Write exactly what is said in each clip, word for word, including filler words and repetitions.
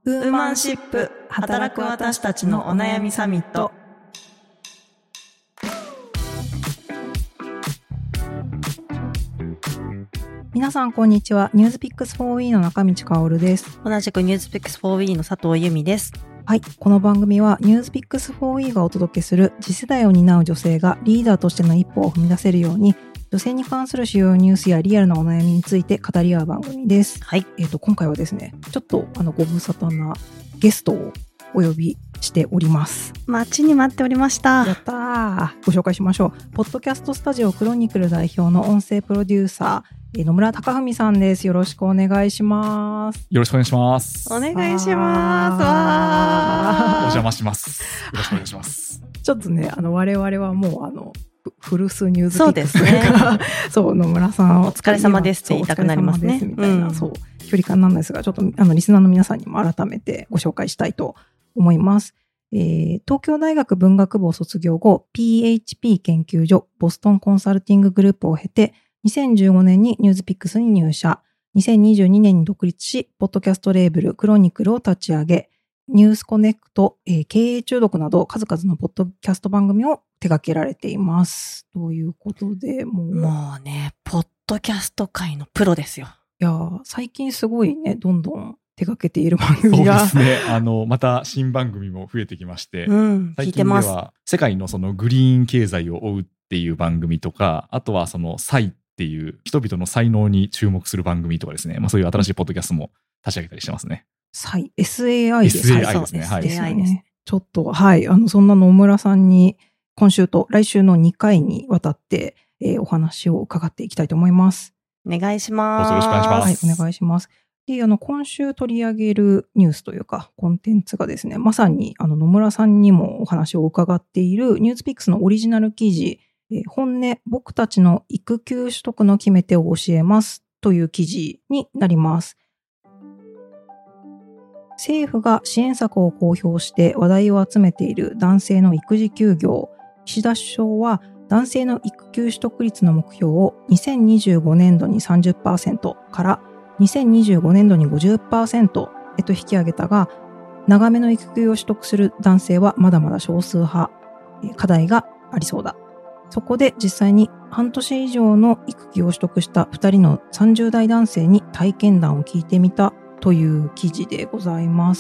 ウーマンシップ働く私たちのお悩みサミット。皆さんこんにちは。ニュースピックス フォーイー の中道香です。 同じくニュースピックス フォーイー の佐藤由美です。 はい、この番組はニュースピックス フォーイー がお届けする次世代を担う女性がリーダーとしての一歩を踏み出せるように、女性に関する主要ニュースやリアルなお悩みについて語り合う番組です。 はい。 えっと、今回はですね、ちょっとあのご無沙汰なゲストをお呼びしております。 待ちに待っておりました。 やったー。ご紹介しましょう。ポッドキャストスタジオクロニクル代表の音声プロデューサー、野村貴文さんです。よろしくお願いします。 よろしくお願いします。 お願いします。わお邪魔します。よろしくお願いします。 ちょっとね、あの我々はもうあの古巣ニュースピそうックスですね。 そう野村さんお疲れ様ですって言いたくなりますね。 みたいな、うん、そう距離感なんですが、ちょっとあのリスナーの皆さんにも改めてご紹介したいと思います。えー、東京大学文学部を卒業後 ピーエイチピー 研究所ボストンコンサルティンググループを経てにせんじゅうごねんにニュースピックスに入社、にせんにじゅうにねんに独立し、ポッドキャストレーベルクロニクルを立ち上げ、ニュースコネクト、えー、経営中毒など数々のポッドキャスト番組を手掛けられています。ということで、もう。 もうね、ポッドキャスト界のプロですよ。 いや、最近すごいね、どんどん手掛けている番組が。 そうですね。あの、また新番組も増えてきまして、 うん、 最近では世界のそのグリーン経済を追うっていう番組とか、あとはそのサイっていう人々の才能に注目する番組とかですね、まあそういう新しいポッドキャストも立ち上げたりしてますね。 サイ、エスエーアイ です。 エスエーアイ ですね。はい。 エスエーアイ ですね。ちょっと、はい。あの、そんな野村さんに今週と来週のにかいにわたって、えー、お話を伺っていきたいと思います。 お願いします。 どうぞよろしくお願いします。 はい、お願いします。で、あの、今週取り上げるニュースというか、コンテンツがですね、まさに、あの、野村さんにもお話を伺っているニュースピックスのオリジナル記事、えー、本音、僕たちの育休取得の決め手を教えますという記事になります。政府が支援策を公表して話題を集めている男性の育児休業。岸田首相は男性の育休取得率の目標をにせんにじゅうごねんどに さんじゅっパーセント からにせんにじゅうごねんどに ごじゅっパーセント へと引き上げたが、長めの育休を取得する男性はまだまだ少数派。課題がありそうだ。そこで実際に半年以上の育休を取得したふたりのさんじゅう代男性に体験談を聞いてみたという記事でございます。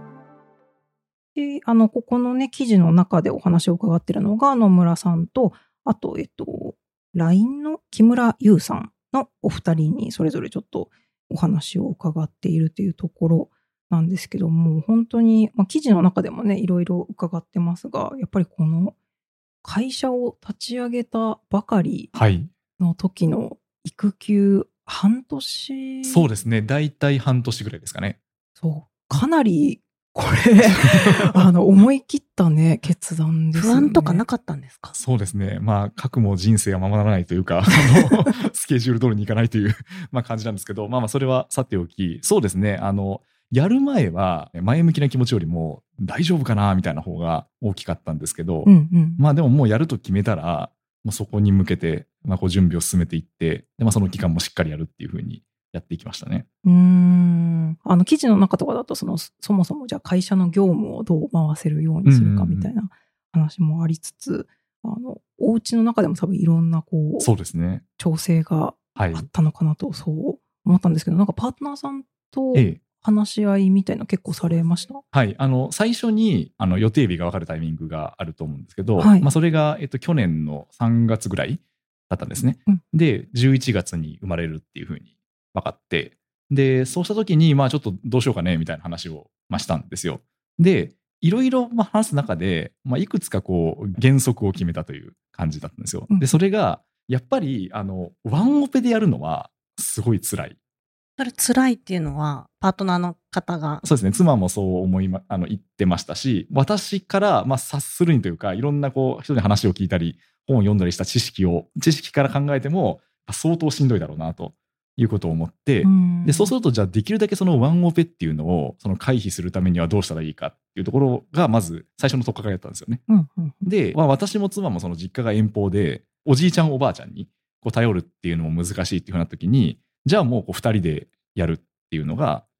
で、あの、ここのね、記事の中でお話を伺っているのが野村さんと、あと、えっと、ライン の木村優さんのお二人にそれぞれちょっとお話を伺っているというところなんですけども、本当に、まあ、記事の中でもね、いろいろ伺ってますが、やっぱりこの会社を立ち上げたばかりの時の育休、はい半年そうですね。だいたい半年ぐらいですかね。 そう。かなり、これ、あの、思い切ったね、決断ですね。 不安とかなかったんですか？ そうですね。まあ、核も人生は守らないというか、あのスケジュール通りにいかないというまあ感じなんですけど、まあまあ、それはさておき、そうですね。あの、やる前は、前向きな気持ちよりも、大丈夫かなみたいな方が大きかったんですけど、 うんうん、 まあでももうやると決めたら、もうそこに向けて、まあ、こう準備を進めていって、でまあ、その期間もしっかりやるっていう風にやっていきましたね。 うーんあの記事の中とかだとそのそもそもじゃあ会社の業務をどう回せるようにするかみたいな話もありつつ、うんうんうん、あのお家の中でも多分いろんなこうそうですね調整があったのかなとそう思ったんですけど、はい、なんかパートナーさんと話し合いみたいな結構されました？ はい、あの最初にあの予定日が分かるタイミングがあると思うんですけど、 はいまあ、それが、えっと、去年のさんがつぐらいだったんですね、うん、でじゅういちがつに生まれるっていう風に分かって、でそうした時にまあちょっとどうしようかねみたいな話を、まあ、したんですよ。でいろいろまあ話す中で、まあ、いくつかこう原則を決めたという感じだったんですよ。でそれがやっぱりあのワンオペでやるのはすごい辛い。 それ辛いっていうのはパートナーの方がそうですね、妻もそう思い、ま、あの言ってましたし、私からまあ察するにというか、いろんなこう人に話を聞いたり本を読んだりした知識を知識から考えても相当しんどいだろうなということを思って、でそうするとじゃあできるだけそのワンオペっていうのをその回避するためにはどうしたらいいかっていうところがまず最初の取っかかりだったんですよね。 うんうん、 で、まあ、私も妻もその実家が遠方でおじいちゃんおばあちゃんにこう頼るっていうのも難しいっていうふうな時に、じゃあもうこうふたりでやるっていうのが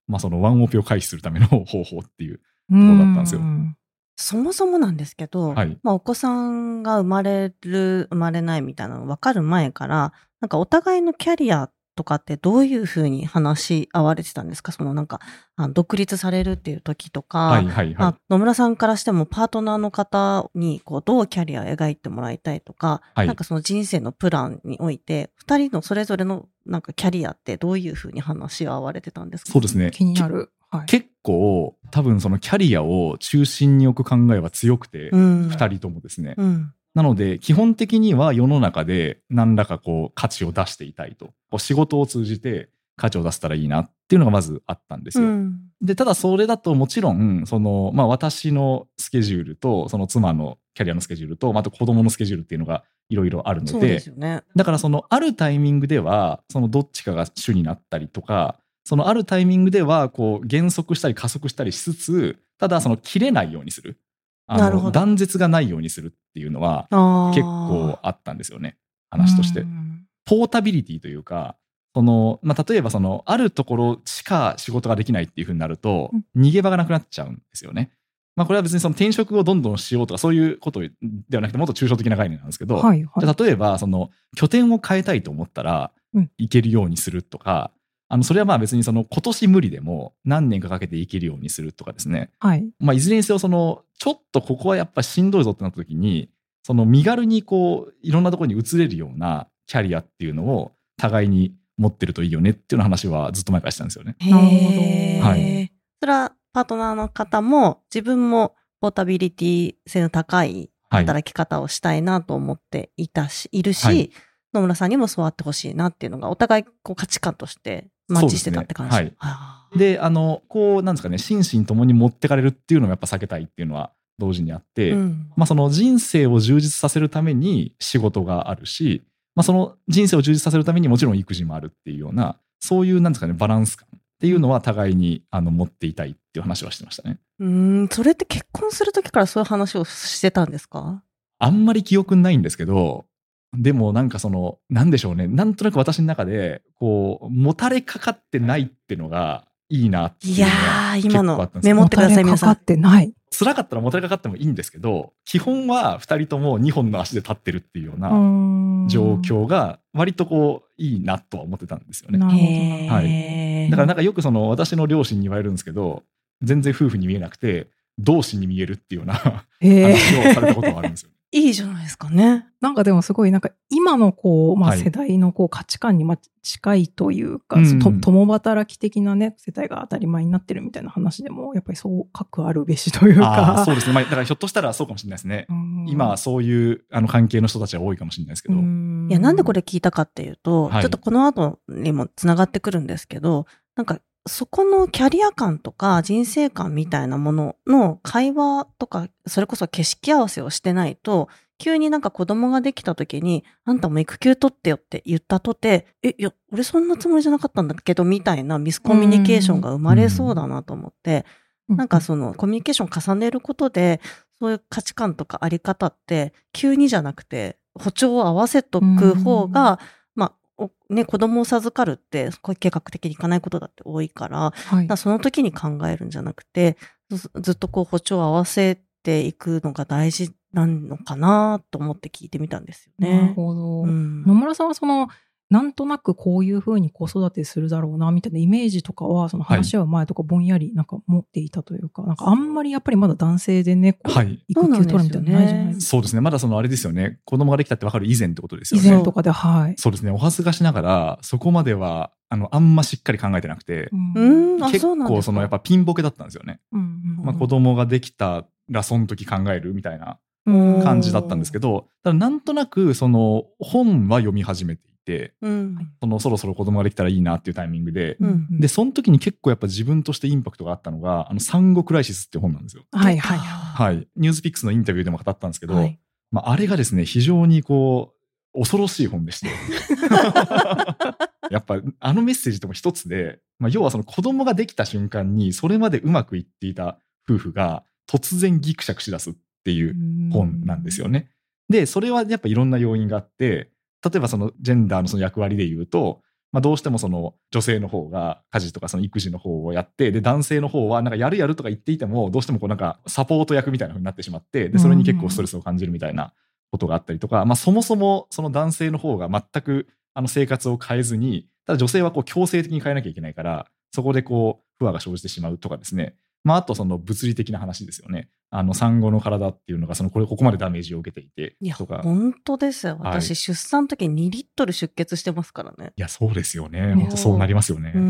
まあ、そのワンオペを回避するための方法っていうところだったんですよ。 そもそもなんですけど、はい、まあ、お子さんが生まれる生まれないみたいなの分かる前からなんかお互いのキャリアとかってどういうふうに話し合われてたんですか？そのなんかあの独立されるっていう時とか、はいはいはい、まあ、野村さんからしてもパートナーの方にこうどうキャリアを描いてもらいたいとか、はい、なんかその人生のプランにおいてふたりのそれぞれのなんかキャリアってどういうふうに話し合われてたんですか？ そうですね、 気になる。はい、 結構多分そのキャリアを中心に置く考えは強くて、うん、ふたりともですね、うん、なので基本的には世の中で何らかこう価値を出していたいと、仕事を通じて価値を出せたらいいなっていうのがまずあったんですよ、うん、でただそれだともちろんその、まあ、私のスケジュールとその妻のキャリアのスケジュールと、まあ、あと子供のスケジュールっていうのがいろいろあるの で, そうですよね、 だからそのあるタイミングではそのどっちかが主になったりとか、そのあるタイミングではこう減速したり加速したりしつつ、ただその切れないようにする、あの断絶がないようにするっていうのは結構あったんですよね、話として。ポータビリティというか、その、まあ、例えばそのあるところしか仕事ができないっていう風になると逃げ場がなくなっちゃうんですよね。まあ、これは別にその転職をどんどんしようとかそういうことではなくてもっと抽象的な概念なんですけど、はいはい、じゃあ例えばその拠点を変えたいと思ったら行けるようにするとか、あのそれはまあ別にその今年無理でも何年かかけていけるようにするとかですね、はい、まあ、いずれにせよそのちょっとここはやっぱしんどいぞってなった時にその身軽にこういろんなところに移れるようなキャリアっていうのを互いに持ってるといいよねっていう話はずっと前からしたんですよね。 なるほど、はい、それはパートナーの方も自分もポータビリティ性の高い働き方をしたいなと思っていたし、いるし、はい、野村さんにもそうあってほしいなっていうのがお互いこう価値観としてマッチしてたって感じ。 ね、はい、であのこうなんですかね、心身ともに持ってかれるっていうのもやっぱ避けたいっていうのは同時にあって、うん、まあ、その人生を充実させるために仕事があるし、まあ、その人生を充実させるためにもちろん育児もあるっていうようなそういうなんですかね、バランス感っていうのは互いにあの持っていたいっていう話はしてましたね。 うーん、それって結婚する時からそういう話をしてたんですか？ あんまり記憶ないんですけど、でもなんかそのなんでしょうね、なんとなく私の中でこうもたれかかってないっていうのがいいなっていうのが結構あったんですよ。 いやー、今のメモってください皆さん。 もたれかかってない。 辛かったらもたれかかってもいいんですけど、基本はふたりともにほんの足で立ってるっていうような状況が割とこういいなとは思ってたんですよね。 なるほど、 はい、だからなんかよくその私の両親に言われるんですけど、全然夫婦に見えなくて同志に見えるっていうような話をされたことがあるんですよ。 いいじゃないですかね。 なんかでもすごいなんか今のこう、まあ、世代のこう価値観にま近いというか、はい、と共働き的なね世帯が当たり前になってるみたいな話でもやっぱりそう核あるべしというか。 あ、そうですね、まあ、だからひょっとしたらそうかもしれないですね。今そういうあの関係の人たちは多いかもしれないですけど、 いやなんでこれ聞いたかっていうと、はい、ちょっとこの後にもつながってくるんですけど、なんかそこのキャリア感とか人生観みたいなものの会話とか、それこそ景色合わせをしてないと、急になんか子供ができた時にあんたも育休取ってよって言ったとて、え、いや俺そんなつもりじゃなかったんだけどみたいなミスコミュニケーションが生まれそうだなと思って、なんかそのコミュニケーションを重ねることでそういう価値観とかあり方って急にじゃなくて歩調を合わせとく方が、まあね、子供を授かるって計画的にいかないことだって多いから、はい、だからその時に考えるんじゃなくて ず, ずっとこう歩調を合わせていくのが大事なのかなと思って聞いてみたんですよね。 なるほど、うん、野村さんはそのなんとなくこういうふうに子育てするだろうなみたいなイメージとかはその話し合う前とかぼんやりなんか持っていたというか、はい、なんかあんまりやっぱりまだ男性でねこう、はい、育休取るみたいなのないじゃないですか。 そうですね、まだそのあれですよね、子供ができたって分かる以前ってことですよね。 以前とかで、はい、 そうですね、お恥ずかしながらそこまではあのあんましっかり考えてなくて、 うん、 結構そのやっぱピンボケだったんですよね、うんうんうん、まあ、子供ができたらその時考えるみたいな感じだったんですけど、ただなんとなくその本は読み始めていて、うん、そのそろそろ子供ができたらいいなっていうタイミングで、うん、でその時に結構やっぱ自分としてインパクトがあったのがあの産後クライシスっていう本なんですよ。 はいはいはい。 ニュースピックスのインタビューでも語ったんですけど、はい、まあ、あれがですね非常にこう恐ろしい本でしてやっぱあのメッセージとも一つで、まあ、要はその子供ができた瞬間にそれまでうまくいっていた夫婦が突然ギクシャクしだすっていう本なんですよね。でそれはやっぱいろんな要因があって、例えばそのジェンダーのその役割で言うとまあ、どうしてもその女性の方が家事とかその育児の方をやって、で男性の方はなんかやるやるとか言っていてもどうしてもこうなんかサポート役みたいな風になってしまって、でそれに結構ストレスを感じるみたいなことがあったりとか、まあ、そもそもその男性の方が全くあの生活を変えずに、ただ女性はこう強制的に変えなきゃいけないから、そこでこう不和が生じてしまうとかですね。まあ、あとその物理的な話ですよね。あの産後の体っていうのがそのこれここまでダメージを受けていてとか。 いや本当ですよ。私、はい、出産の時ににリットル出血してますからね。 いやそうですよね。本当そうなりますよね。うん、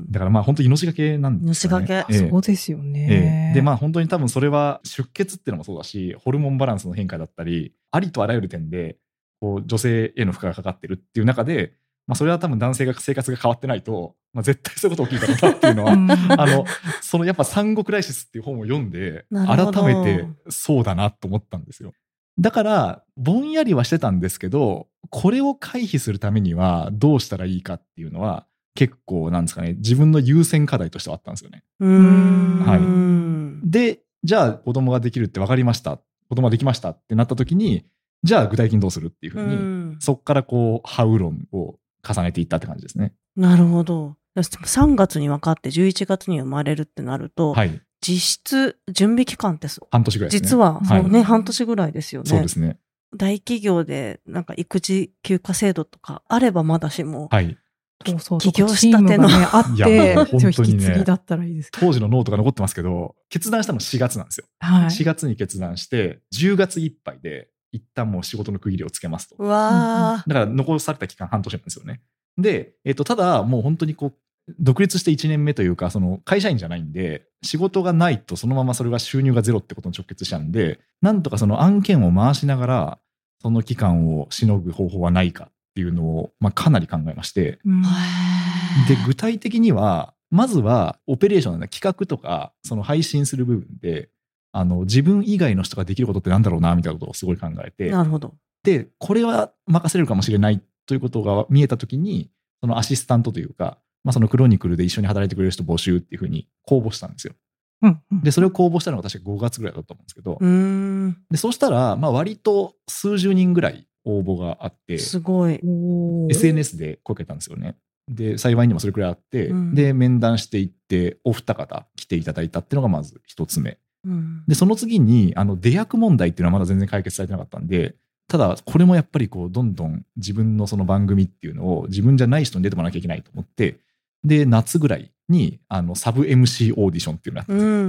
だからまあ本当命がけなんですよね。 命がけ、ええ、 そうですよね。 ええ、でまあ本当に多分それは出血っていうのもそうだし、ホルモンバランスの変化だったり、ありとあらゆる点でこう女性への負荷がかかってるっていう中で、まあ、それは多分男性が生活が変わってないと、まあ、絶対そういうこと起きるだろうなっていうのは、うん、あのそのやっぱ産後クライシスっていう本を読んで改めてそうだなと思ったんですよ。だからぼんやりはしてたんですけど、これを回避するためにはどうしたらいいかっていうのは結構なんですかね、自分の優先課題としてはあったんですよね。 うーん、 はい、でじゃあ子供ができるって分かりました、子供ができましたってなった時に、じゃあ具体的にどうするっていうふうに、そこからこうハウ論を重ねていったって感じですね。 なるほど。さんがつに分かってじゅういちがつに生まれるってなると、はい、実質準備期間って半年ぐらいですね。 実はそうね、はい、半年ぐらいですよね。 そうですね。 大企業でなんか育児休暇制度とかあればまだしも、 はい、 そうそう起業したての、 ね、あって、 いやもう本当にね、 引き継ぎだったらいいです。 当時のノートが残ってますけど、決断したのしがつなんですよ。はい、しがつに決断してじゅうがついっぱいで一旦もう仕事の区切りをつけますと。 うわだから残された期間半年なんですよね。で、えっと、ただもう本当にこう独立していちねんめというか、その会社員じゃないんで、仕事がないとそのままそれが収入がゼロってことに直結しちゃうんで、なんとかその案件を回しながらその期間をしのぐ方法はないかっていうのを、まあ、かなり考えまして、うん、で具体的にはまずはオペレーションの企画とかその配信する部分で、あの自分以外の人ができることってなんだろうなみたいなことをすごい考えて、 なるほど。 でこれは任せれるかもしれないということが見えたときに、そのアシスタントというか、まあ、そのクロニクルで一緒に働いてくれる人募集っていうふうに公募したんですよ。うんうん、でそれを公募したのが確かごがつぐらいだったと思うんですけど、うーんでそうしたらまあ割と数十人ぐらい応募があって、 すごいエスエヌエス でこけたんですよね。で幸いにもそれくらいあって、うん、で面談していってお二方来ていただいたっていうのがまず一つ目、うん、でその次にあの出役問題っていうのはまだ全然解決されてなかったんで、ただこれもやっぱりこうどんどん自分のその番組っていうのを自分じゃない人に出てもらわなきゃいけないと思って、で夏ぐらいにあのサブ エムシー オーディションっていうのをやったんですよ、うん、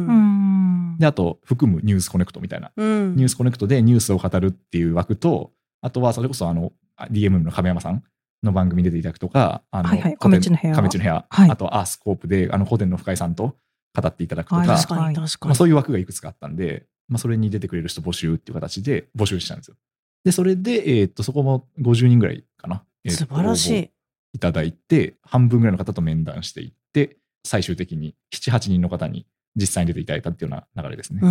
であと含むニュースコネクトみたいな、うん、ニュースコネクトでニュースを語るっていう枠と、あとはそれこそあの ディーエムエム の亀山さんの番組に出ていただくとか、あの、はいはい、 亀地の部屋、 亀地の部屋、はい、あとはアースコープであの古典の深井さんと語っていただくとか、 確かに確かに、 まあ、そういう枠がいくつかあったんで、まあ、それに出てくれる人募集っていう形で募集したんですよ。でそれで、えー、っとそこもごじゅうにんぐらいかな、 えー、素晴らしいいただいて、半分ぐらいの方と面談していって、最終的にななはちにんの方に実際に出ていただいたっていうような流れですね。 うー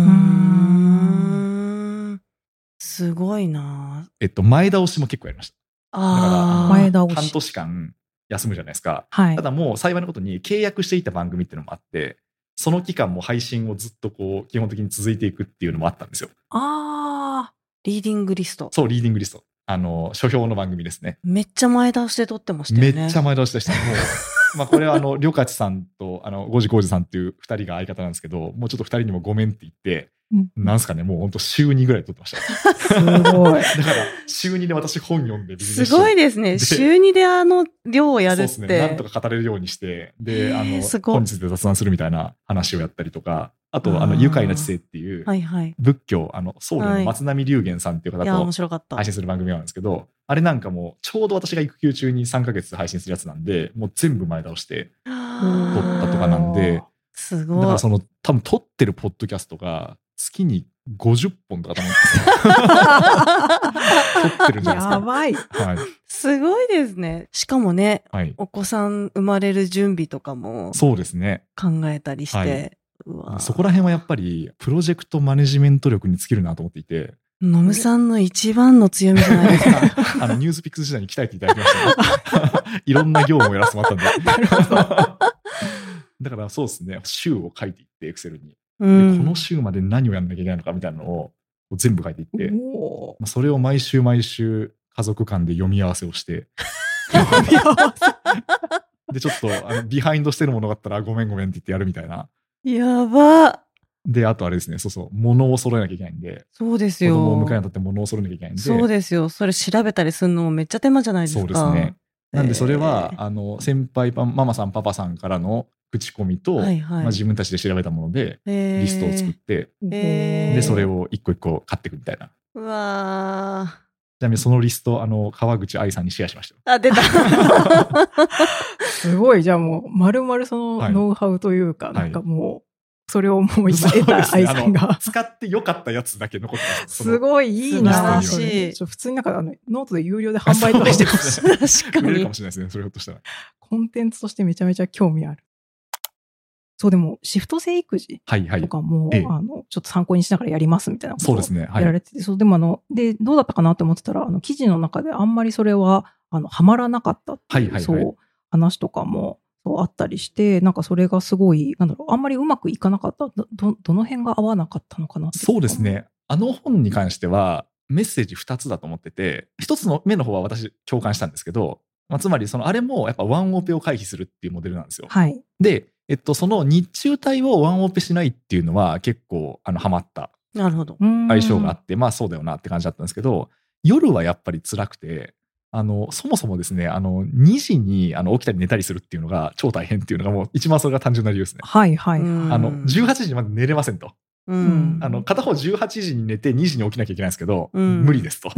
ん、すごいな。 えっと前倒しも結構やりました。 あだから前倒し半年間休むじゃないですか、 はい、 ただもう幸いなことに契約していた番組っていうのもあって、その期間も配信をずっとこう基本的に続いていくっていうのもあったんですよ。 ああ、リーディングリスト。 そう、リーディングリスト、あの書評の番組ですね。 めっちゃ前倒しで撮ってましたよね。 めっちゃ前倒しでした。もうまあこれはあのりょかちさんとあのごじこうじさんっていうふたりが相方なんですけど、もうちょっとふたりにもごめんって言って、うん、なんすかね、もう本当週にぐらい撮ってました。 すごい。だから週にで私本読んでビジネス書すごいですね。週にであの量をやるって。 そうですね。なんとか語れるようにして、で、あの本日で雑談するみたいな話をやったりとか、あとあの愉快な知性っていう仏教、あの僧侶の松並龍玄さんっていう方と配信する番組があるんですけど、あれなんかもちょうど私が育休中にさんかげつ配信するやつなんで、もう全部前倒して撮ったとかなんで、 すごい。 だからその多分撮ってるポッドキャストが月にごじゅっぽんとか多分撮ってるんじゃないですか。 やばい、 はい、 すごいですね。しかもね、 はい、 お子さん生まれる準備とかもそうですね、 考えたりして、はい、うわ、 そこら辺はやっぱりプロジェクトマネジメント力に尽きるなと思っていて、 のむさんの一番の強みじゃないですか。 あのニュースピックス時代に鍛えていただきましたね。いろんな業務をやらせてもらったんで。だからそうですね、週を書いていってエクセルに、うん、でこの週まで何をやんなきゃいけないのかみたいなのを全部書いていって、まあ、それを毎週毎週家族間で読み合わせをして呼び合わせで、ちょっと、あの、ビハインドしてるものがあったら、ごめんごめんって言ってやるみたいな。 やば。 で、あとあれですね、そうそう、物を揃えなきゃいけないんで。 そうですよ。 子供を迎えにあたって物を揃えなきゃいけないんで。 そうですよ。それ調べたりするのもめっちゃ手間じゃないですか。 そうですね。なんでそれは、 えー、 あの、先輩パ、ママさん、パパさんからの口コミと、 はいはい、 まあ、自分たちで調べたもので、リストを作って、 えー、 で、それを一個一個買っていくみたいな。 うわー。 ちなみにそのリスト、あの、川口愛さんにシェアしました。 あ、出た。 すごい、じゃあもう、まるまるそのノウハウというか、はい、なんかもう、それをもう今得た愛さんが、ね。 使ってよかったやつだけ残ってます。 すごいいいな。 素晴らしい。 普通になんかあのノートで有料で販売とかしてほしい。 確かに。 売れるかもしれないですね、それひょっとしたら。 コンテンツとしてめちゃめちゃ興味ある。そう、でも、シフト制育児とかも、はいはい、あの、ちょっと参考にしながらやりますみたいなことをやられてて、そうですね。はい、そう、でもあの、で、どうだったかなって思ってたら、あの、記事の中であんまりそれは、あの、はまらなかったっていう、はいはいはい、そう、話とかも、そうあったりして、なんかそれがすごい、なんだろう、あんまりうまくいかなかった。ど、どの辺が合わなかったのかなって。 そうですね。あの本に関しては、メッセージふたつだと思ってて、ひとつの目の方は私共感したんですけど、まあ、つまりそのあれもやっぱワンオペを回避するっていうモデルなんですよ。 はい。 で、えっと、その日中帯をワンオペしないっていうのは結構あのハマったなるほど相性があって、まあそうだよなって感じだったんですけど、夜はやっぱり辛くて、あのそもそもですね、あのにじにあの起きたり寝たりするっていうのが超大変っていうのがもう一番それが単純な理由ですね。 はいはいはい。 あのじゅうはちじまで寝れませんと。 うん、 あの片方じゅうはちじに寝てにじに起きなきゃいけないんですけど、うん、無理ですと。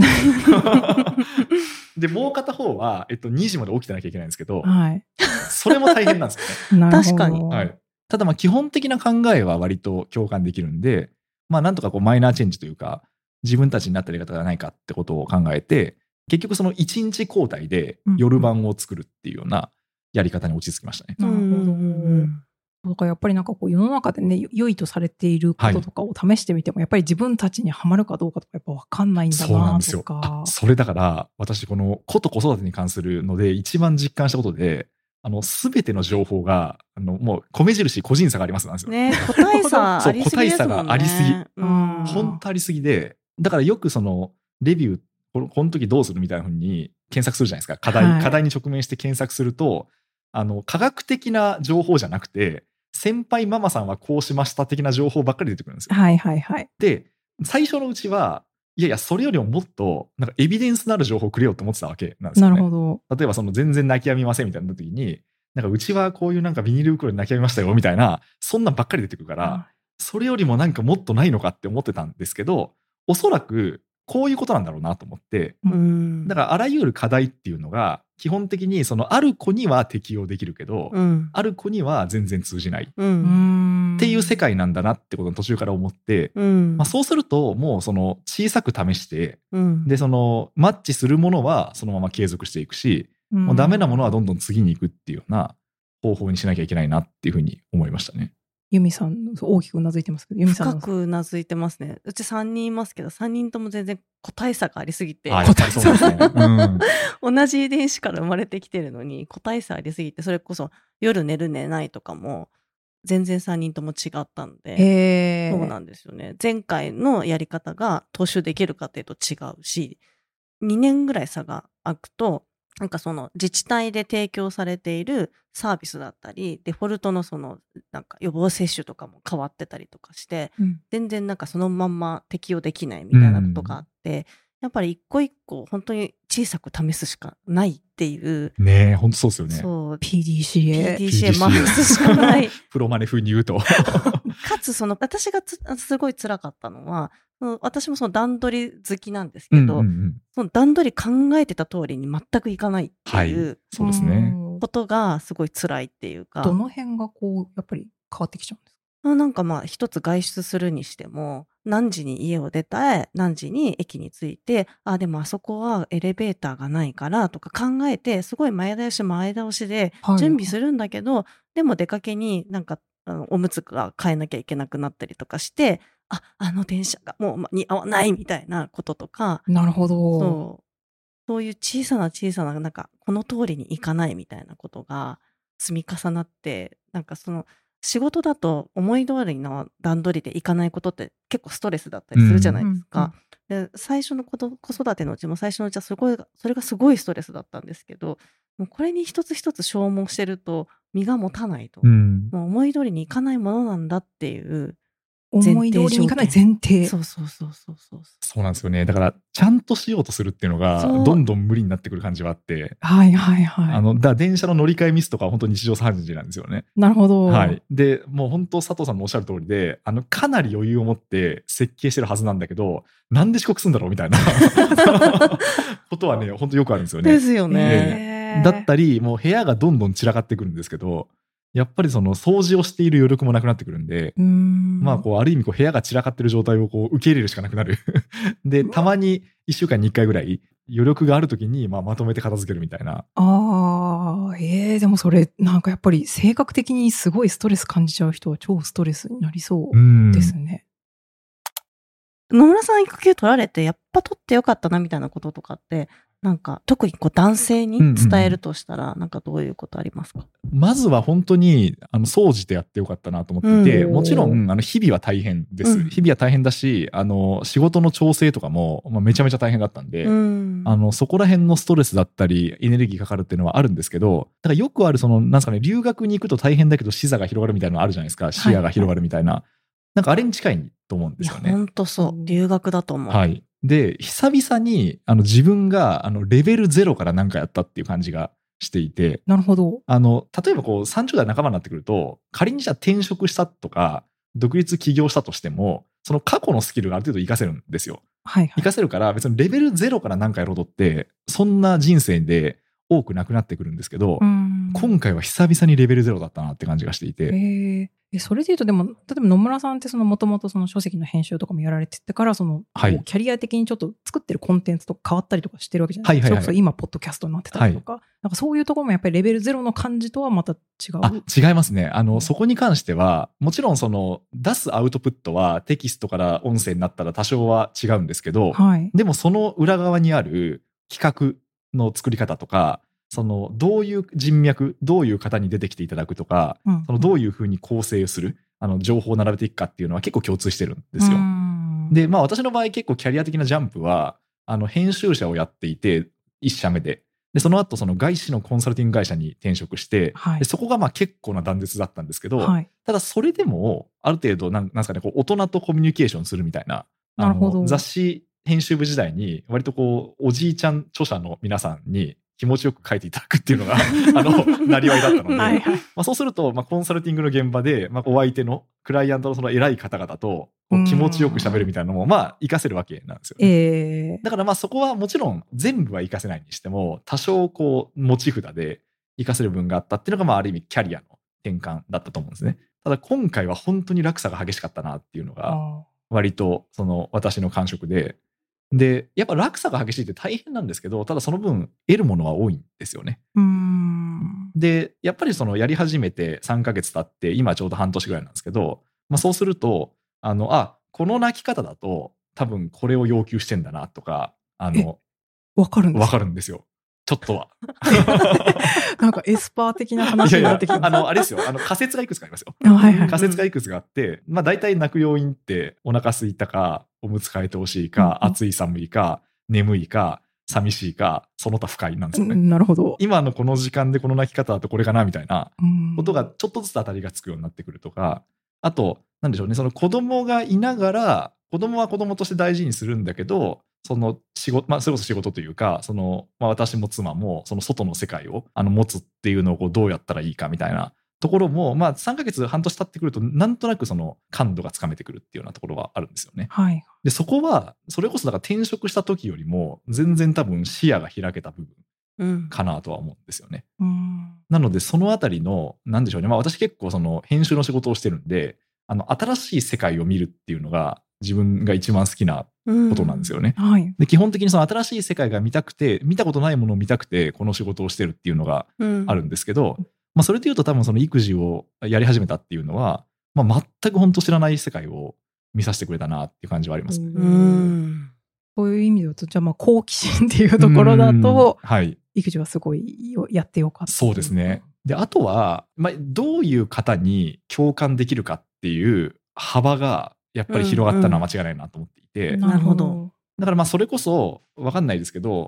でもう片方は、えっと、にじまで起きてなきゃいけないんですけど、 はい、 それも大変なんですよね。 確かに、 はい。ただまあ基本的な考えは割と共感できるんで、まあなんとかこうマイナーチェンジというか、自分たちになったやり方がないかってことを考えて、結局そのいちにち交代で夜晩を作るっていうようなやり方に落ち着きましたね。 なるほど。だからやっぱりなんかこう世の中でね、良いとされていることとかを試してみても、はい、やっぱり自分たちにはまるかどうかとかやっぱ分かんないんだなとか。そうなんですよ。 あ、それだから私この子と子育てに関するので一番実感したことで、あの全ての情報があのもう米印個人差がありますなんですよ。 ね、個体差ありすぎですもんね。 そう、個体差がありすぎ。 うん、 本当ありすぎで、だからよくそのレビューこの、この時どうするみたいな風に検索するじゃないですか。課題、はい、課題に直面して検索すると、あの科学的な情報じゃなくて。先輩ママさんはこうしました的な情報ばっかり出てくるんですよ。 はいはいはい。 で、最初のうちは、いやいや、それよりももっと、なんかエビデンスのある情報をくれようと思ってたわけなんですよね。 なるほど。 例えば、その全然泣き止みませんみたいな時に、なんかうちはこういうなんかビニール袋に泣き止みましたよみたいな、そんなんばっかり出てくるから、それよりもなんかもっとないのかって思ってたんですけど、おそらくこういうことなんだろうなと思って、 うん、 だからあらゆる課題っていうのが、基本的にそのある子には適用できるけど、 うん、 ある子には全然通じない、 うん、 っていう世界なんだなってことの途中から思って、 うんまあ、そうするともうその小さく試して、 うん、 でそのマッチするものはそのまま継続していくし、うん、もうダメなものはどんどん次に行くっていうような方法にしなきゃいけないなっていうふうに思いましたね。 ユミさん大きくうなずいてますけど、ユミさん深くうなずいてますね。うちさんにんいますけど、さんにんとも全然個体差がありすぎて、 個体差ですね、 うん、同じ遺伝子から生まれてきてるのに個体差ありすぎて、それこそ夜寝る寝ないとかも全然さんにんとも違ったんで、 へー、 そうなんですよね。前回のやり方が踏襲できるかというと違うし、にねんぐらい差が空くと、なんかその自治体で提供されているサービスだったり、デフォルトのそのなんか予防接種とかも変わってたりとかして、 うん、 全然なんかそのまんま適用できないみたいなことがあって、うん、やっぱり一個一個本当に小さく試すしかないっていう。 ねえ、本当そうですよね。 そう。 ピーディーシーエー。 ピーディーシーエー 回すしかない。 プロマネ風に言うと。 かつその、私がつすごい辛かったのは、私もその段取り好きなんですけど、うんうんうん、その段取り考えてた通りに全くいかないっていう、 はい、そうですね。 ことがすごい辛いっていうか。 どの辺がこうやっぱり変わってきちゃうんですか？なんかまあ一つ外出するにしても、何時に家を出て何時に駅に着いて、あでもあそこはエレベーターがないからとか考えて、すごい前倒し前倒しで準備するんだけど、はい、でも出かけになんかあのおむつが変えなきゃいけなくなったりとかして、あ、あの電車がもう似合わないみたいなこととか。 なるほど。 そう。そういう小さな小さな、なんか、この通りにいかないみたいなことが積み重なって、なんかその、仕事だと思い通りの段取りでいかないことって結構ストレスだったりするじゃないですか。うんうんうん、で最初の子育てのうちも最初のうちはすごい、それがすごいストレスだったんですけど、 もうこれに一つ一つ消耗してると身が持たないと、 うん、 もう思い通りにいかないものなんだっていう思い通りにいかない前提。 そうそうそうそうそうそうなんですよね。だからちゃんとしようとするっていうのがどんどん無理になってくる感じはあって、 はいはいはい。 あのだから電車の乗り換えミスとかは本当に日常茶飯事なんですよね。 なるほど。 はい。でもう本当佐藤さんのおっしゃる通りで、あのかなり余裕を持って設計してるはずなんだけど、なんで遅刻するんだろうみたいなことはね本当よくあるんですよね。 ですよね。 だったりもう部屋がどんどん散らかってくるんですけど、やっぱりその掃除をしている余力もなくなってくるんで、 うーんまあこうある意味こう部屋が散らかってる状態をこう受け入れるしかなくなるで、たまにいっしゅうかんにいっかいぐらい余力があるときにまあまとめて片付けるみたいな。 ああ、えー、でもそれなんかやっぱり性格的にすごいストレス感じちゃう人は超ストレスになりそうですね。 野村さん育休取られてやっぱ取ってよかったなみたいなこととかってなんか特にこう男性に伝えるとしたら、うんうん、なんかどういうことありますか？ まずは本当にあの総じてやってよかったなと思っていて、うん、もちろんあの日々は大変です、うん、日々は大変だし、あの仕事の調整とかも、まあ、めちゃめちゃ大変だったんで、うん、あのそこら辺のストレスだったりエネルギーかかるっていうのはあるんですけど、だからよくあるそのなんですかね、留学に行くと大変だけど視座が広がるみたいなのあるじゃないですか。視野が広がるみたいな、はいはい、なんかあれに近いと思うんですよね。 本当そう留学だと思う。 はい。で久々にあの自分があのレベルゼロから何かやったっていう感じがしていて。 なるほど。 あの例えばこうさんじゅう代半ばになってくると、仮にじゃあ転職したとか独立起業したとしても、その過去のスキルがある程度活かせるんですよ。 はいはい、 活かせるから別にレベルゼロから何かやろうとってそんな人生で多くなくなってくるんですけど、今回は久々にレベルゼロだったなって感じがしていて。 へえ。それでいうとでも例えば野村さんってそのもともとその書籍の編集とかもやられててからその、はい、キャリア的にちょっと作ってるコンテンツとか変わったりとかしてるわけじゃないですか。はいはいはい、それこそ今ポッドキャストになってたりとか、はい、なんかそういうところもやっぱりレベルゼロの感じとはまた違う。 あ、違いますね。あのそこに関してはもちろんその出すアウトプットはテキストから音声になったら多少は違うんですけど、はい、でもその裏側にある企画の作り方とか、そのどういう人脈、どういう方に出てきていただくとか、うん、そのどういうふうに構成するあの情報を並べていくかっていうのは結構共通してるんですよ。で、まあ私の場合結構キャリア的なジャンプはあの編集者をやっていていち社目で、でその後その外資のコンサルティング会社に転職して、はい、でそこがまあ結構な断絶だったんですけど、はい、ただそれでもある程度なんなんですかね、こう大人とコミュニケーションするみたいな、あのなるほど雑誌編集部時代に割とこうおじいちゃん著者の皆さんに気持ちよく書いていただくっていうのがあのなりわいだったのではい、はい、まあ、そうすると、まあ、コンサルティングの現場で、まあ、お相手のクライアントのその偉い方々とこう気持ちよく喋るみたいなのもまあ活かせるわけなんですよね、えー、だからまあそこはもちろん全部は活かせないにしても多少こう持ち札で活かせる分があったっていうのがまあある意味キャリアの転換だったと思うんですね。ただ今回は本当に落差が激しかったなっていうのが割とその私の感触で、でやっぱ落差が激しいって大変なんですけど、ただその分得るものは多いんですよね。うーんでやっぱりそのやり始めてさんかげつ経って今ちょうど半年ぐらいなんですけど、まあ、そうするとあのあこの泣き方だと多分これを要求してんだなとかあの分かるんですか？ 分かるんですよ、ちょっとはなんかエスパー的な話になってきてます。 あのあれですよ、あの仮説がいくつかありますよ。 はいはい、 仮説がいくつがあって、まあ大体泣く要因ってお腹空いたか、おむつ替えてほしいか、うんうん、暑い寒いか、眠いか、寂しいか、その他不快なんですよね、うん、 なるほど。 今のこの時間でこの泣き方だとこれかなみたいなことがちょっとずつ当たりがつくようになってくるとか、あとなんでしょうね、その子供がいながら子供は子供として大事にするんだけど、その仕事、まあ、それこそ仕事というか、その、まあ、私も妻もその外の世界をあの持つっていうのをこうどうやったらいいかみたいなところも、まあ、さんかげつ半年経ってくるとなんとなくその感度がつかめてくるっていうようなところはあるんですよね。はい、でそこはそれこそだから転職した時よりも全然多分視野が開けた部分かなとは思うんですよね。うん、なのでそのあたりのなんでしょうね、まあ、私結構その編集の仕事をしてるんで、あの新しい世界を見るっていうのが自分が一番好きなことなんですよね、うんはい、で基本的にその新しい世界が見たくて、見たことないものを見たくてこの仕事をしてるっていうのがあるんですけど、うんまあ、それでいうと多分その育児をやり始めたっていうのは、まあ、全く本当知らない世界を見させてくれたなっていう感じはありますね。うんそういう意味で言うと、じゃあまあ好奇心っていうところだと、はい、育児はすごいやってよかった。 そうですね。であとは、まあ、どういう方に共感できるかっていう幅がやっぱり広がったのは間違いないなと思っていて、 うんうん、なるほど。 だからまあそれこそ分かんないですけど、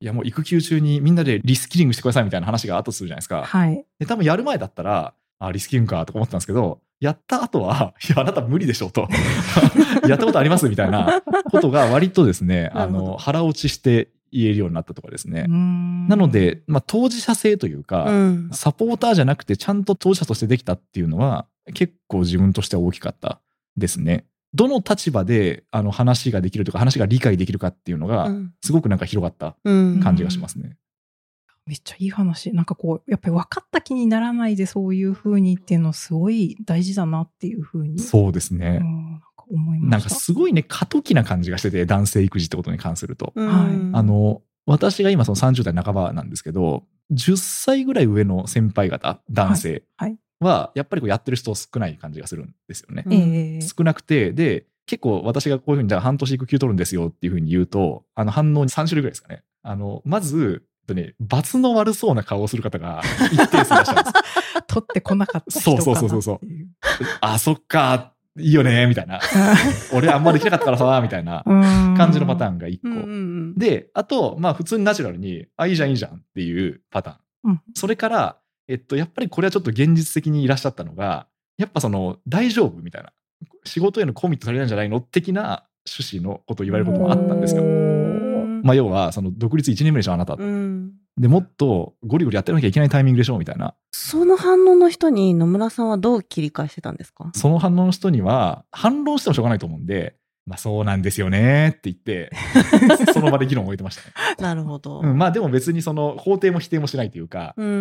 いやもう育休中にみんなでリスキリングしてくださいみたいな話があとするじゃないですか。 はい。 で多分やる前だったら、あ、リスキリングかとか思ってたんですけど、やった後は、いや、あなた無理でしょと。やったことありますみたいなことが割とですね、あの、腹落ちして言えるようになったとかですね。なので、まあ、当事者性というか、うん、サポーターじゃなくてちゃんと当事者としてできたっていうのは、結構自分としては大きかったですね。どの立場であの話ができるとか話が理解できるかっていうのがすごくなんか広がった感じがしますね。うんうん、 めっちゃいい話。なんかこうやっぱり分かった気にならないでそういう風にっていうのすごい大事だなっていう風に。 そうですね。 うん、なんか思いました。 なんかすごいね過渡期な感じがしてて、男性育児ってことに関すると、 うん、 あの私が今そのさんじゅう代半ばなんですけど、じゅっさいぐらい上の先輩方男性、はいはいはやっぱりこうやってる人少ない感じがするんですよね、 えー、 少なくて、で結構私がこういうふうにじゃあ半年育休取るんですよっていうふうに言うと、あの反応にさん種類ぐらいですかね。あのまずね、罰の悪そうな顔をする方が一定数いらっしゃるんです取ってこなかった人かなっていう。 そうそうそうそうあそっかいいよねみたいな俺あんまできなかったからさみたいな感じのパターンがいっこで、あとまあ普通にナチュラルにあいいじゃんいいじゃんっていうパターン、うん、それからえっと、やっぱりこれはちょっと現実的にいらっしゃったのが、やっぱその大丈夫みたいな、仕事へのコミットされるんじゃないの的な趣旨のことを言われることもあったんですよ。まあ、要はその独立いちねんめでしょあなた、うん、でもっとゴリゴリやってなきゃいけないタイミングでしょみたいな。 その反応の人に野村さんはどう切り返してたんですか？ その反応の人には反論してもしょうがないと思うんで、まあそうなんですよねって言ってその場で議論を終えてましたね。 なるほど、 うん、まあでも別にその肯定も否定もしないというか、うん、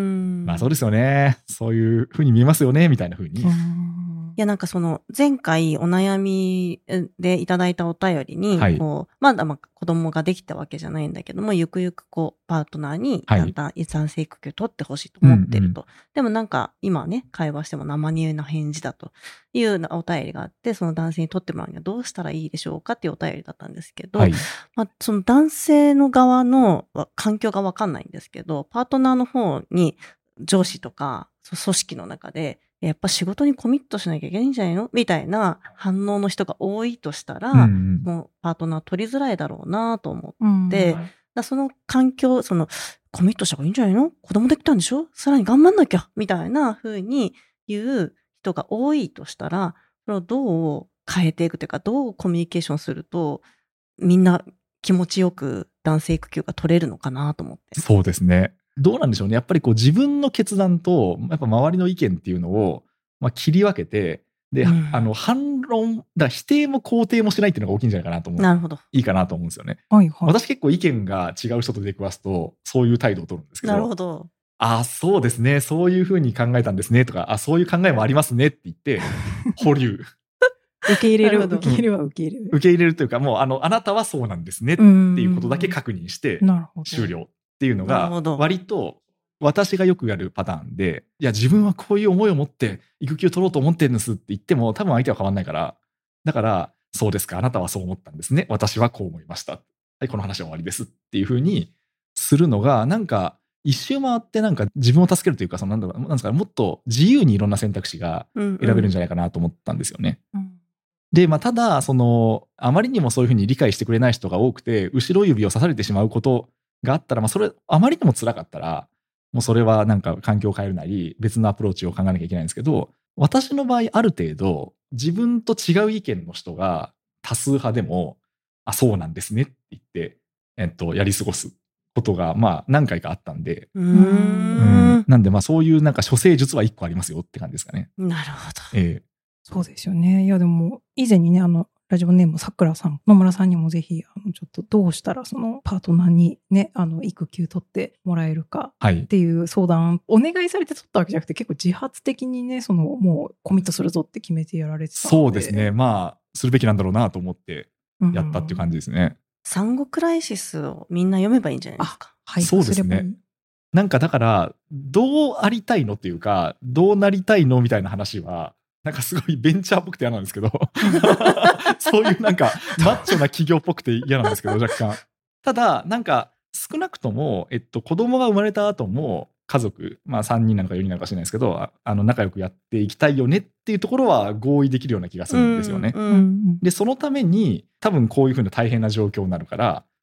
まあそうですよね、そういう風に見えますよねみたいな風に。 いやなんかその前回お悩みでいただいたお便りに、はい、こうまだまあ子供ができたわけじゃないんだけども、ゆくゆくこうパートナーにだんだん男性育休取ってほしいと思ってると、はいうんうん、でもなんか今ね会話しても生煮えな返事だというお便りがあって、その男性に取ってもらうにはどうしたらいいでしょうかっていうお便りだったんですけど、はい、まあ、その男性の側の環境が分かんないんですけど、パートナーの方に上司とか組織の中でやっぱ仕事にコミットしなきゃいけないんじゃないのみたいな反応の人が多いとしたら、うん、もうパートナー取りづらいだろうなと思って、うん、だその環境、そのコミットした方がいいんじゃないの、子供できたんでしょ、さらに頑張んなきゃみたいな風に言う人が多いとしたら、それをどう変えていくというか、どうコミュニケーションするとみんな気持ちよく男性育休が取れるのかなと思って。 そうですね、どうなんでしょうね。やっぱりこう自分の決断とやっぱ周りの意見っていうのをまあ切り分けて、で、うん、あの反論だから否定も肯定もしないっていうのが大きいんじゃないかなと思う。 なるほど。 いいかなと思うんですよね。 はいはい、 私結構意見が違う人と出くわすとそういう態度を取るんですけど。 なるほど。 あ、そうですね、そういうふうに考えたんですねとか、あ、そういう考えもありますねって言って保留。 受け入れる、受け入れるは受け入れる。 受け入れるというか、もうあのあなたはそうなんですねっていうことだけ確認して終了っていうのが割と私がよくやるパターンで、いや自分はこういう思いを持って育休取ろうと思ってるんですって言っても多分相手は変わんないから、だからそうですか、あなたはそう思ったんですね、私はこう思いました、はい、この話は終わりですっていう風にするのがなんか一周回ってなんか自分を助けるというか、そのなんだろう、なんですか、もっと自由にいろんな選択肢が選べるんじゃないかなと思ったんですよね。うんうんで、まあ、ただ、その、あまりにもそういうふうに理解してくれない人が多くて、後ろ指を刺されてしまうことがあったら、まあ、それ、あまりにも辛かったら、もうそれはなんか環境を変えるなり、別のアプローチを考えなきゃいけないんですけど、私の場合、ある程度、自分と違う意見の人が多数派でも、あ、そうなんですねって言って、えっと、やり過ごすことが、まあ、何回かあったんで、 うーん、うん、 なんで、まあ、そういうなんか処世術はいっこありますよって感じですかね。 なるほど。 ええ、 そうですよね。いやでも以前にね、あのラジオネームさくらさん、野村さんにもぜひあのちょっとどうしたらそのパートナーにね、あの育休取ってもらえるかっていう相談、お願いされて取ったわけじゃなくて、結構自発的にね、そのもうコミットするぞって決めてやられてたので。 そうですね。まあするべきなんだろうなと思ってやったっていう感じですね。うん、 産後クライシスをみんな読めばいいんじゃないですか。 はい、 そうですね。なんかだからどうありたいのっていうか、どうなりたいのみたいな話はなんかすごいベンチャーっぽくて嫌なんですけどそういうなんかマッチョな企業っぽくて嫌なんですけど若干。ただなんか少なくとも、えっと、子供が生まれた後も家族、まあさんにんなのかよにんなのか知らないですけど、ああの仲良くやっていきたいよねっていうところは合意できるような気がするんですよね。 うんうん、 でそのために多分こういうふうな大変な状況になるから、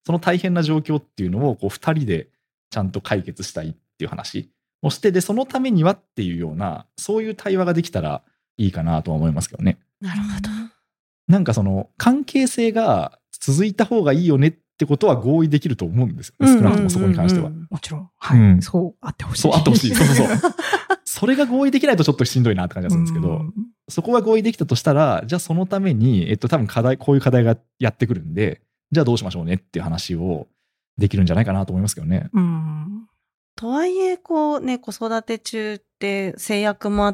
その大変な状況っていうのをこうふたりでちゃんと解決したいっていう話をして、でそのためにはっていうようなそういう対話ができたらいいかなとは思いますけどね。 なるほど。 なんかその関係性が続いた方がいいよねってことは合意できると思うんですよね、少なくともそこに関しては。 もちろん、はい、うん、そうあってほしい。 そうあってほしい。そうそうそう。それが合意できないとちょっとしんどいなって感じがするんですけど、うん、そこが合意できたとしたら、じゃあそのために、えっと多分課題、こういう課題がやってくるんで、じゃあどうしましょうねっていう話をできるんじゃないかなと思いますけどね。 うん、とはいえ、こうね、子育て中って制約もあって、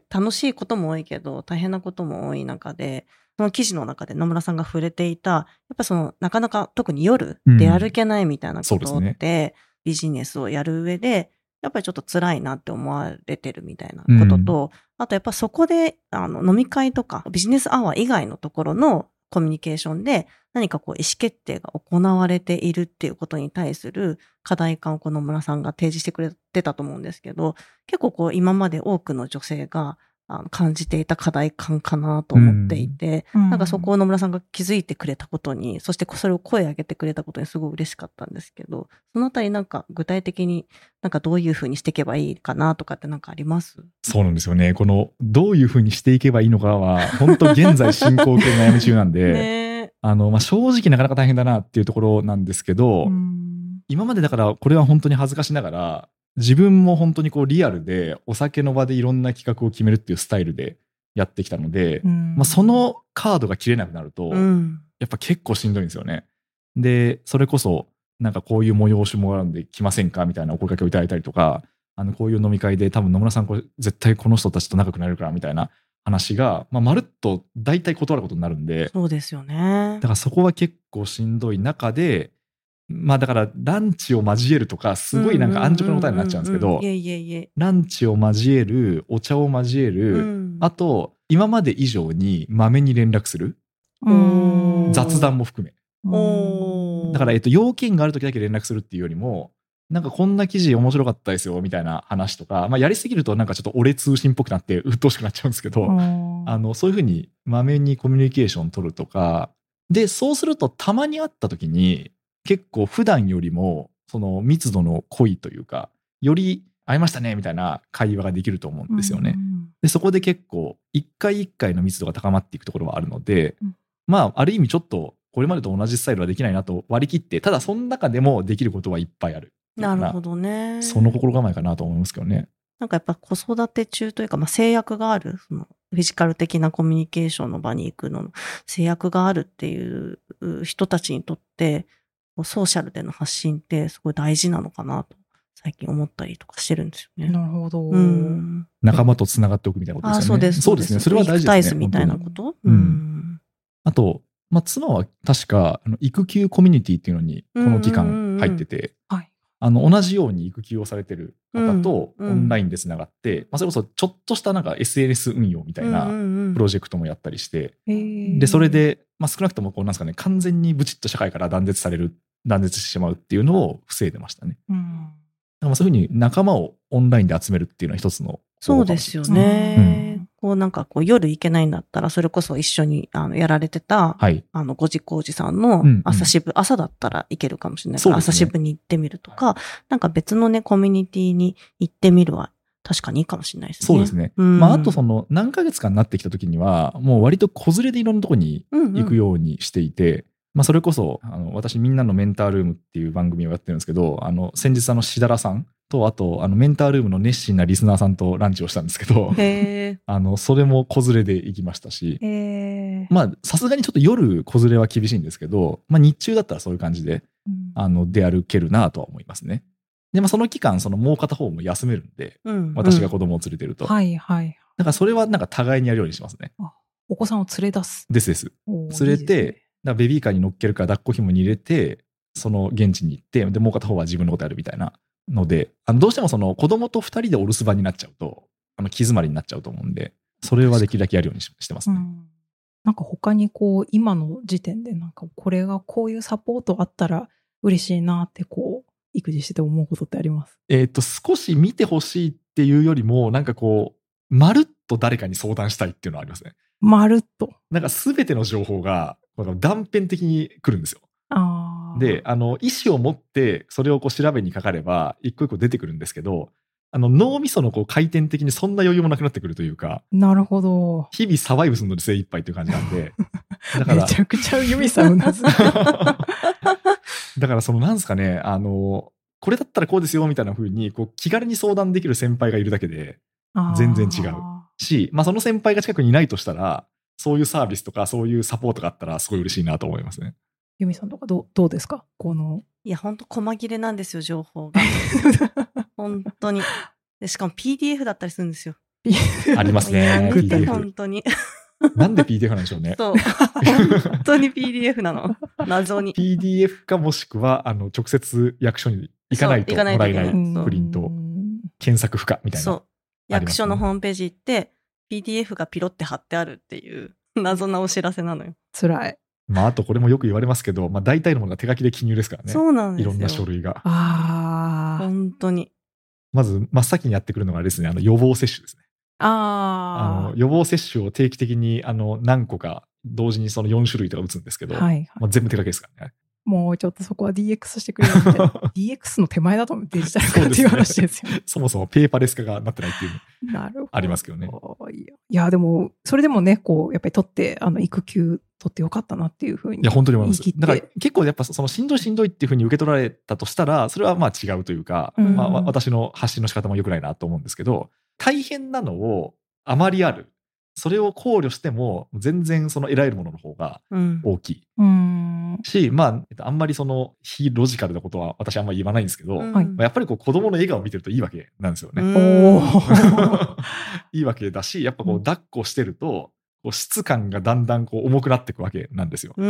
楽しいことも多いけど、大変なことも多い中で、その記事の中で野村さんが触れていた、やっぱその、なかなか特に夜出歩けないみたいなことって、うんね、ビジネスをやる上で、やっぱりちょっと辛いなって思われてるみたいなことと、うん、あとやっぱそこで、あの、飲み会とかビジネスアワー以外のところのコミュニケーションで何かこう意思決定が行われているっていうことに対する課題感をこの野村さんが提示してくれてたと思うんですけど、結構こう今まで多くの女性があの感じていた課題感かなと思っていて、うん、なんかそこを野村さんが気づいてくれたことに、そしてそれを声を上げてくれたことにすごい嬉しかったんですけど、そのあたりなんか具体的になんかどういうふうにしていけばいいかなとかってなんかあります？ そうなんですよね。このどういうふうにしていけばいいのかは本当現在進行形悩み中なんで、ね、あのまあ、正直なかなか大変だなっていうところなんですけど、うん、今までだからこれは本当に恥ずかしながら自分も本当にこうリアルでお酒の場でいろんな企画を決めるっていうスタイルでやってきたので、うんまあ、そのカードが切れなくなると、うん、やっぱ結構しんどいんですよね。でそれこそなんかこういう催しもあるんで来ませんかみたいなお声掛けをいただいたりとか、あのこういう飲み会で多分野村さんこれ絶対この人たちと仲良くなれるからみたいな話が、まあ、まるっと大体断ることになるんで、 そうですよね。 だからそこは結構しんどい中で、まあだからランチを交えるとかすごいなんか安直な答えになっちゃうんですけど、ランチを交える、お茶を交える、うん、あと今まで以上にまめに連絡する、雑談も含め、だからえっと要件がある時だけ連絡するっていうよりも、なんかこんな記事面白かったですよみたいな話とか、まあ、やりすぎるとなんかちょっと俺通信っぽくなって鬱陶しくなっちゃうんですけど、あのそういうふうにまめにコミュニケーション取るとかで、そうするとたまに会った時に結構普段よりもその密度の濃いというか、より会いましたねみたいな会話ができると思うんですよね。でそこで結構一回一回の密度が高まっていくところはあるので、うん、まあある意味ちょっとこれまでと同じスタイルはできないなと割り切って、ただその中でもできることはいっぱいある。 なるほどね。 その心構えかなと思いますけどね。 なんかやっぱ子育て中というか、まあ、制約がある、そのフィジカル的なコミュニケーションの場に行くの制約があるっていう人たちにとって、ソーシャルでの発信ってすごい大事なのかなと最近思ったりとかしてるんですよね。 なるほど。 うん、 仲間とつながっておくみたいなことですよね。 あ、そうです。 そうですね。それは大事ですね。 タイズみたいなこと。うん。うん、 あと、まあ、妻は確かあの育休コミュニティっていうのにこの期間入ってて、うんうんうん、はい。あの同じように育休をされてる方とオンラインでつながって、うんうん、まあ、それこそちょっとしたなんか エスエヌエス 運用みたいなプロジェクトもやったりして、うんうんうん、でそれで、まあ、少なくともこうなんですかね、完全にブチッと社会から断絶される断絶してしまうっていうのを防いでましたね。うん、だからそういうふうに仲間をオンラインで集めるっていうのは一つの。 そうですよね。うん、こうなんかこう夜行けないんだったら、それこそ一緒にあのやられてた、はい、あのご実行寺さんの朝支部、うんうん、朝だったら行けるかもしれないから、ね、朝支部に行ってみるとか、なんか別のねコミュニティに行ってみるは確かにいいかもしれないですね。 そうですね。うん、まああとその何ヶ月かになってきた時には、もう割と子連れでいろんなとこに行くようにしていて。うんうん、まあ、それこそあの私みんなのメンタールームっていう番組をやってるんですけど、あの先日あのしだらさんとあとあのメンタールームの熱心なリスナーさんとランチをしたんですけど、へあのそれも子連れで行きましたし、へまあさすがにちょっと夜子連れは厳しいんですけど、まあ、日中だったらそういう感じで、うん、あの出歩けるなとは思いますね。で、まあ、その期間そのもう片方も休めるんで、うん、私が子供を連れてると、うん、はいはい、だからそれはなんか互いにやるようにしますね。 あ、お子さんを連れ出すですです連れていいですね。だからベビーカーに乗っけるから抱っこ紐に入れてその現地に行って、でもう片方は自分のことやるみたいなので、あのどうしてもその子供とふたりでお留守番になっちゃうとあの気詰まりになっちゃうと思うんで、それはできるだけやるように し, してますね。うん、 なんか他にこう今の時点でなんかこれがこういうサポートあったら嬉しいなってこう育児してて思うことってあります？ えっと少し見てほしいっていうよりも、なんかこうまるっと誰かに相談したいっていうのはありますね。 まるっとなんか全ての情報が断片的に来るんですよ。あで、あの、意思を持ってそれをこう調べにかかれば、一個一個出てくるんですけど、あの、脳みそのこう回転的にそんな余裕もなくなってくるというか、 なるほど。 日々サバイブするので精一杯という感じなんで、だから、 めちゃくちゃユミさんうなずだからそのなんですかね、あの、これだったらこうですよみたいな風にこう気軽に相談できる先輩がいるだけで全然違うし、まあその先輩が近くにいないとしたら、そういうサービスとかそういうサポートがあったらすごい嬉しいなと思いますね。 ユミさんとかどう、どうですかこの。 いや、ほんと細切れなんですよ、情報が。本当に。で、しかも ピーディーエフ だったりするんですよ。 ありますね。 ピーディーエフ 本当に。 なんで ピーディーエフ なんでしょうね。 そう。本当に ピーディーエフ なの。謎に。 ピーディーエフ かもしくは、あの、直接役所に行かないともらえないプリント、検索不可みたいな。そう。 役所のホームページ行って、ピーディーエフ がピロって貼ってあるっていう謎なお知らせなのよ。 辛い。 まあ、あとこれもよく言われますけど、まあ、大体のものが手書きで記入ですからね。 そうなんですよ。 いろんな書類が。 ああ。 本当に。 まず、真っ先にやってくるのがあれですね、あの、予防接種ですね。 ああの予防接種を定期的にあの何個か同時にそのよん種類とか打つんですけど、 はいはい、 まあ、全部手書きですからね。 もうちょっとそこは ディーエックス してくれるんでディーエックス の手前だと思うデジタル化っていう話ですよね。 そ, そもそもペーパーレス化がなってないっていうなるほどありますけどね。 いや、いやでもそれでもねこうやっぱり取ってあの育休取ってよかったなっていうふうに。 いや本当に思います。だから結構やっぱそのしんどいしんどいっていうふうに受け取られたとしたらそれはまあ違うというか、うんまあ、私の発信の仕方も良くないなと思うんですけど、大変なのをあまりある。それを考慮しても全然その得られるものの方が大きい、うん、し、まあ、あんまりその非ロジカルなことは私あんまり言わないんですけど、うんまあ、やっぱりこう子供の笑顔を見てるといいわけなんですよね。おいいわけだし、やっぱこう抱っこしてるとこう質感がだんだんこう重くなっていくわけなんですよ、うん、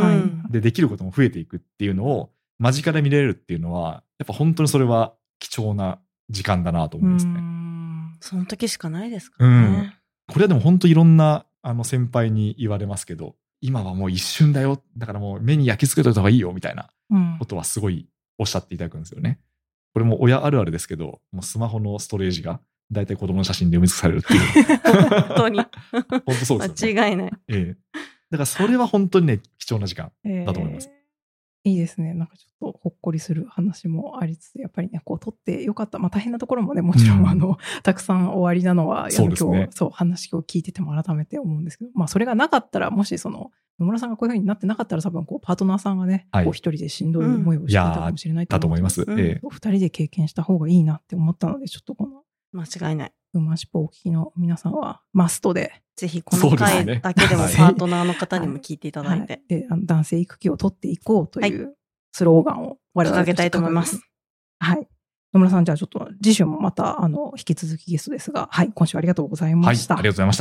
でできることも増えていくっていうのを間近で見れるっていうのはやっぱ本当にそれは貴重な時間だなと思いますね。 うんその時しかないですからね、 うんこれはでも本当いろんなあの先輩に言われますけど、今はもう一瞬だよ。だからもう目に焼き付けといた方がいいよみたいなことはすごいおっしゃっていただくんですよね。これも親あるあるですけど、もうスマホのストレージがだいたい子供の写真で埋め尽くされるっていう。 本当に。 本当そうですよね。 間違いない。 ええ。だからそれは本当にね、貴重な時間だと思います。 えーいいですね。なんかちょっとほっこりする話もありつつ、やっぱりね、こう撮ってよかった。まあ大変なところもね、もちろん、うん、あの、たくさん終わりなのは、そうですね、今日、そう、話を聞いてても改めて思うんですけど、まあそれがなかったら、もしその、野村さんがこういう風になってなかったら、多分こう、パートナーさんがね、はい、こう一人でしんどい思いをしていたかもしれないと思います。 だと思います。ええ。二人で経験した方がいいなって思ったので、ちょっとこの、 間違いない。 ウーマンシップをお聞きの皆さんは、マストで、 ぜひこの回だけでもパートナーの方にも聞いていただいて。 はいはい、で、あの男性育休を取っていこうという、はいスローガンを我々 掲げたいと思います。 はい。野村さん、じゃあちょっと次週もまたあの引き続きゲストですが、はい、今週ありがとうございました。 はい、ありがとうございました。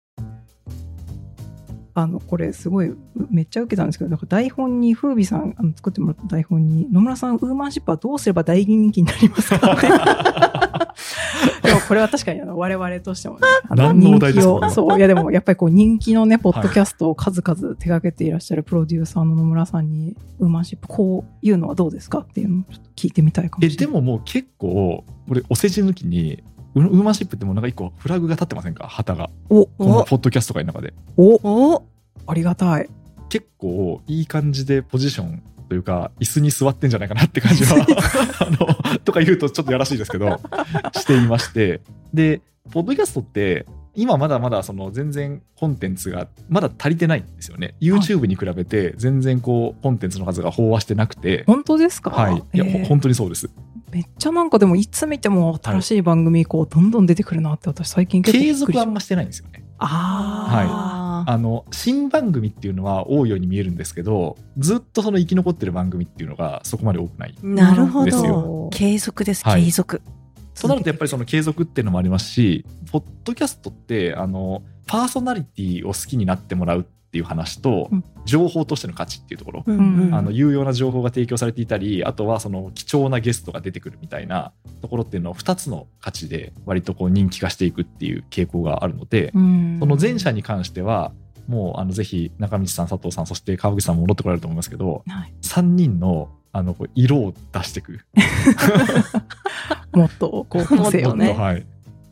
あのこれすごいめっちゃ受けたんですけど、なんか台本に風美さんあの作ってもらった台本に野村さんウーマンシップはどうすれば大人気になりますかってでもこれは確かにあの我々としてもね、あの人気をそういやでもやっぱりこう人気のねポッドキャストを数々手掛けていらっしゃるプロデューサーの野村さんにウーマンシップこういうのはどうですかっていうのをちょっと聞いてみたいかもしれない。 えでももう結構これお世辞抜きにウーマンシップってもうなんか一個フラグが立ってませんか、旗が。 おこのポッドキャスト界の中で。 おおありがたい。 結構いい感じでポジションというか椅子に座ってんじゃないかなって感じはあのとか言うとちょっとやらしいですけどしていまして、でポッドキャストって今まだまだその全然コンテンツがまだ足りてないんですよね。 YouTube に比べて全然こうコンテンツの数が飽和してなくて。 本当ですか？ はい、いや、えー、本当にそうです。 めっちゃなんかでもいつ見ても新しい番組こうどんどん出てくるなって私最近結構継続はあんましてないんですよね。 ああ、はい、あの新番組っていうのは多いように見えるんですけど、ずっとその生き残ってる番組っていうのがそこまで多くないんですよ。 なるほど、継続です、はい、継続となるとやっぱりその継続っていうのもありますし、ポッドキャストってあのパーソナリティを好きになってもらうっていう話と、うん、情報としての価値っていうところ、うんうん、あの有用な情報が提供されていたり、あとはその貴重なゲストが出てくるみたいなところっていうのをふたつの価値で割とこう人気化していくっていう傾向があるので、うん、その前者に関してはもうあのぜひ中道さん、佐藤さん、そして川口さんも戻ってこられると思いますけど、はい、さんにんのあの色を出していくもっとこう個性をね、 はい、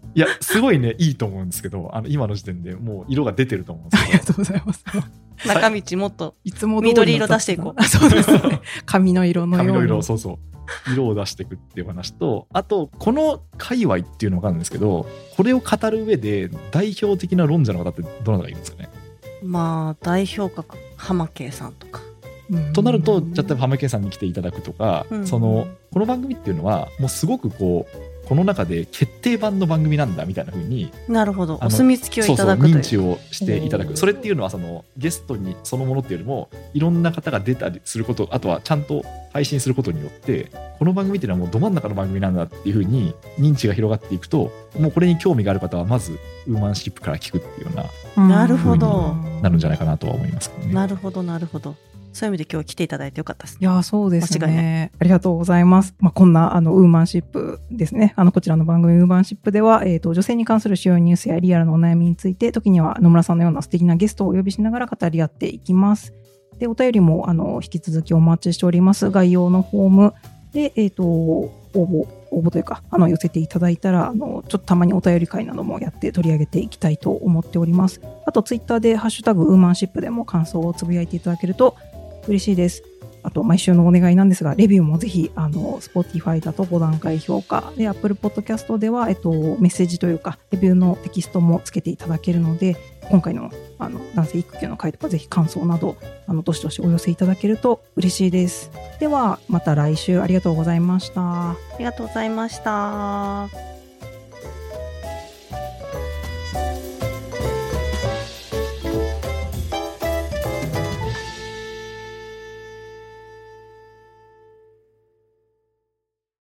いやすごいねいいと思うんですけど、あの今の時点でもう色が出てると思うんですけど。 ありがとうございます。 中道もっといつも緑色出していこう。 そうですね。髪の色のように。 髪の色、そうそう。色を出していくっていう話と、あとこの界隈っていうのがあるんですけど、これを語る上で代表的な論者の方ってどなたがいるんですかね。 まあ代表格浜圭さんとか。 となると、じゃあ浜圭さんに来ていただくとか、うん、そのこの番組っていうのはもうすごくこうこの中で決定版の番組なんだみたいな風に、 なるほど、お墨付きをいただくという、 そうそう認知をしていただく。それっていうのはそのゲストにそのものっていうよりもいろんな方が出たりすること、あとはちゃんと配信することによってこの番組っていうのはもうど真ん中の番組なんだっていう風に認知が広がっていくと、もうこれに興味がある方はまずウーマンシップから聞くっていうような、 なるほど、 なるんじゃないかなとは思いますけどね。 なるほどなるほど。そういう意味で今日来ていただいてよかったですね。 いやそうですね。ありがとうございます。まあ、こんなあのウーマンシップですね。あのこちらの番組ウーマンシップでは、えーと、女性に関する主要ニュースやリアルなお悩みについて、時には野村さんのような素敵なゲストをお呼びしながら語り合っていきます。でお便りもあの引き続きお待ちしております。概要のフォームで、えーと、応募応募というかあの寄せていただいたら、あのちょっとたまにお便り会などもやって取り上げていきたいと思っております。あとツイッターでハッシュタグウーマンシップでも感想をつぶやいていただけると嬉しいです。あと毎週のお願いなんですが、レビューもぜひあの Spotify だとご段階評価で、 Apple Podcast では、えっと、メッセージというかレビューのテキストもつけていただけるので、今回の、あの男性育休の回とかぜひ感想などあのどしどしお寄せいただけると嬉しいです。ではまた来週、ありがとうございました。 ありがとうございました。